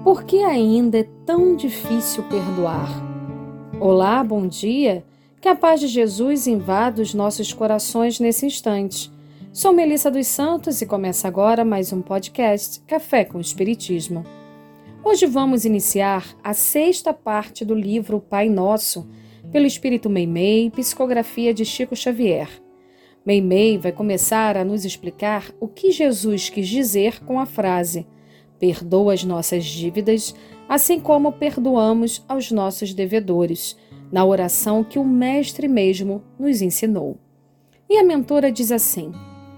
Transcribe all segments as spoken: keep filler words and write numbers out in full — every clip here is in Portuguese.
Por que ainda é tão difícil perdoar? Olá, bom dia. Que a paz de Jesus invada os nossos corações nesse instante. Sou Melissa dos Santos e começa agora mais um podcast Café com Espiritismo. Hoje vamos iniciar a sexta parte do livro Pai Nosso, pelo Espírito Meimei, psicografia de Chico Xavier. Meimei vai começar a nos explicar o que Jesus quis dizer com a frase: perdoa as nossas dívidas, assim como perdoamos aos nossos devedores, na oração que o Mestre mesmo nos ensinou. E a mentora diz assim: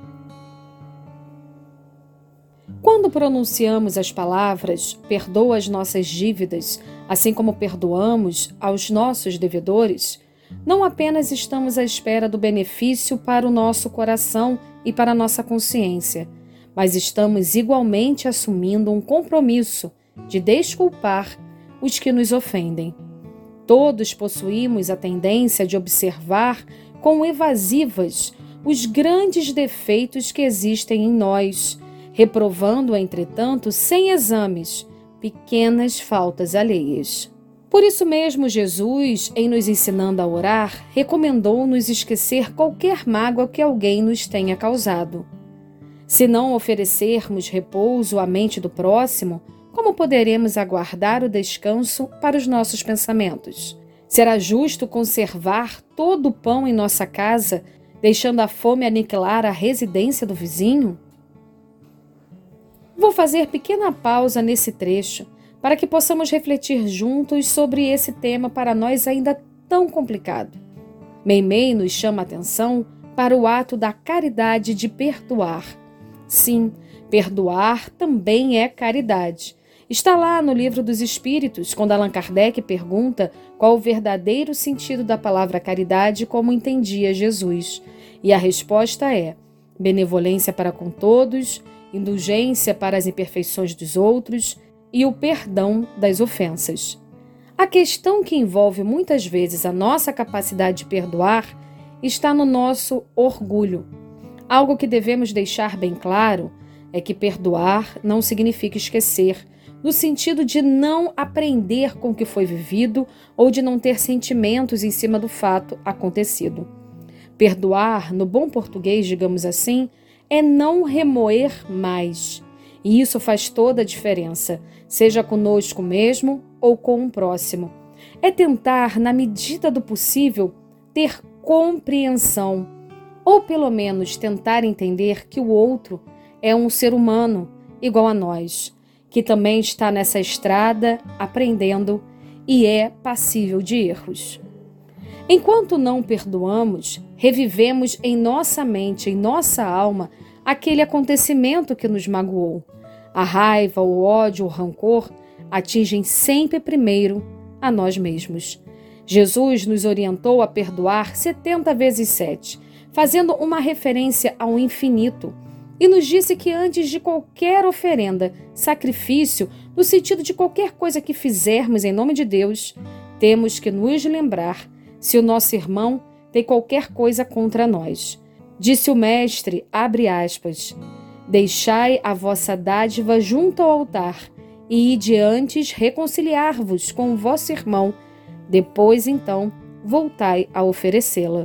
quando pronunciamos as palavras perdoa as nossas dívidas, assim como perdoamos aos nossos devedores, não apenas estamos à espera do benefício para o nosso coração e para a nossa consciência, mas estamos igualmente assumindo um compromisso de desculpar os que nos ofendem. Todos possuímos a tendência de observar com evasivas os grandes defeitos que existem em nós, reprovando, entretanto, sem exames, pequenas faltas alheias. Por isso mesmo, Jesus, em nos ensinando a orar, recomendou-nos esquecer qualquer mágoa que alguém nos tenha causado. Se não oferecermos repouso à mente do próximo, como poderemos aguardar o descanso para os nossos pensamentos? Será justo conservar todo o pão em nossa casa, deixando a fome aniquilar a residência do vizinho? Vou fazer pequena pausa nesse trecho para que possamos refletir juntos sobre esse tema para nós ainda tão complicado. Meimei nos chama a atenção para o ato da caridade de perdoar. Sim, perdoar também é caridade. Está lá no Livro dos Espíritos, quando Allan Kardec pergunta qual o verdadeiro sentido da palavra caridade como entendia Jesus. E a resposta é: benevolência para com todos, indulgência para as imperfeições dos outros e o perdão das ofensas. A questão que envolve muitas vezes a nossa capacidade de perdoar está no nosso orgulho. Algo que devemos deixar bem claro é que perdoar não significa esquecer, no sentido de não aprender com o que foi vivido ou de não ter sentimentos em cima do fato acontecido. Perdoar, no bom português, digamos assim, é não remoer mais. E isso faz toda a diferença, seja conosco mesmo ou com o próximo. É tentar, na medida do possível, ter compreensão, ou pelo menos tentar entender que o outro é um ser humano igual a nós, que também está nessa estrada aprendendo e é passível de erros. Enquanto não perdoamos, revivemos em nossa mente, em nossa alma, aquele acontecimento que nos magoou. A raiva, o ódio, o rancor atingem sempre primeiro a nós mesmos. Jesus nos orientou a perdoar setenta vezes sete, fazendo uma referência ao infinito, e nos disse que antes de qualquer oferenda, sacrifício, no sentido de qualquer coisa que fizermos em nome de Deus, temos que nos lembrar se o nosso irmão tem qualquer coisa contra nós. Disse o Mestre, abre aspas, deixai a vossa dádiva junto ao altar e ide antes reconciliar-vos com o vosso irmão, depois então voltai a oferecê-la.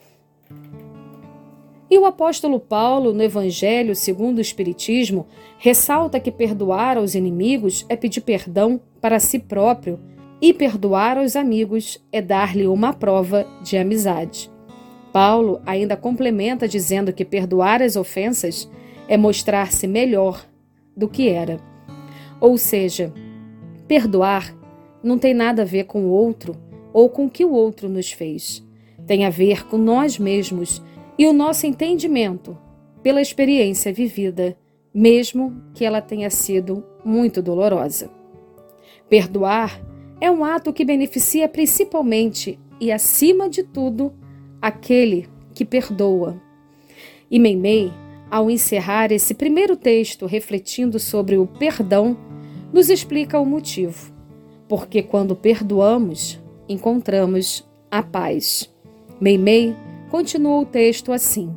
E o apóstolo Paulo, no Evangelho segundo o Espiritismo, ressalta que perdoar aos inimigos é pedir perdão para si próprio e perdoar aos amigos é dar-lhe uma prova de amizade. Paulo ainda complementa dizendo que perdoar as ofensas é mostrar-se melhor do que era. Ou seja, perdoar não tem nada a ver com o outro ou com o que o outro nos fez. Tem a ver com nós mesmos e o nosso entendimento pela experiência vivida, mesmo que ela tenha sido muito dolorosa. Perdoar é um ato que beneficia principalmente e, acima de tudo, aquele que perdoa. E Meimei, ao encerrar esse primeiro texto refletindo sobre o perdão, nos explica o motivo. Porque quando perdoamos, encontramos a paz. Meimei continua o texto assim: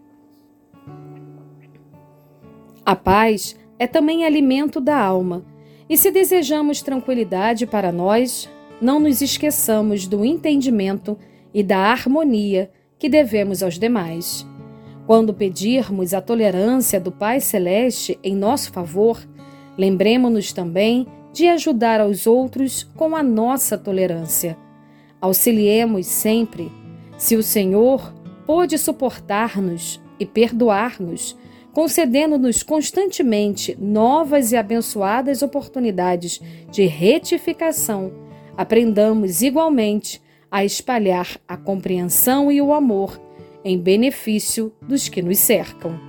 a paz é também alimento da alma, E se desejamos tranquilidade para nós, não nos esqueçamos do entendimento e da harmonia que devemos aos demais. Quando pedirmos a tolerância do Pai Celeste em nosso favor, lembremo-nos também de ajudar aos outros com a nossa tolerância. Auxiliemos sempre. Se o Senhor pôde suportar-nos e perdoar-nos, concedendo-nos constantemente novas e abençoadas oportunidades de retificação, aprendamos igualmente a espalhar a compreensão e o amor em benefício dos que nos cercam.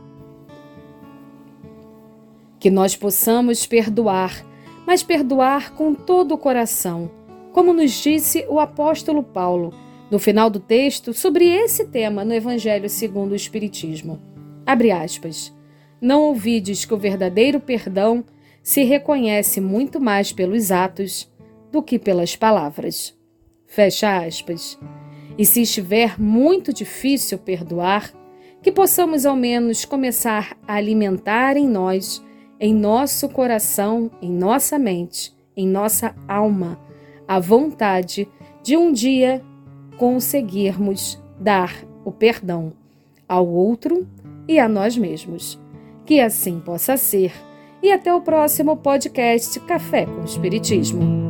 Que nós possamos perdoar, mas perdoar com todo o coração, como nos disse o apóstolo Paulo, no final do texto, sobre esse tema no Evangelho segundo o Espiritismo. Abre aspas. Não ouvides que o verdadeiro perdão se reconhece muito mais pelos atos do que pelas palavras. Fecha aspas. E se estiver muito difícil perdoar, que possamos ao menos começar a alimentar em nós, em nosso coração, em nossa mente, em nossa alma, a vontade de um dia conseguirmos dar o perdão ao outro e a nós mesmos. Que assim possa ser. E até o próximo podcast Café com Espiritismo.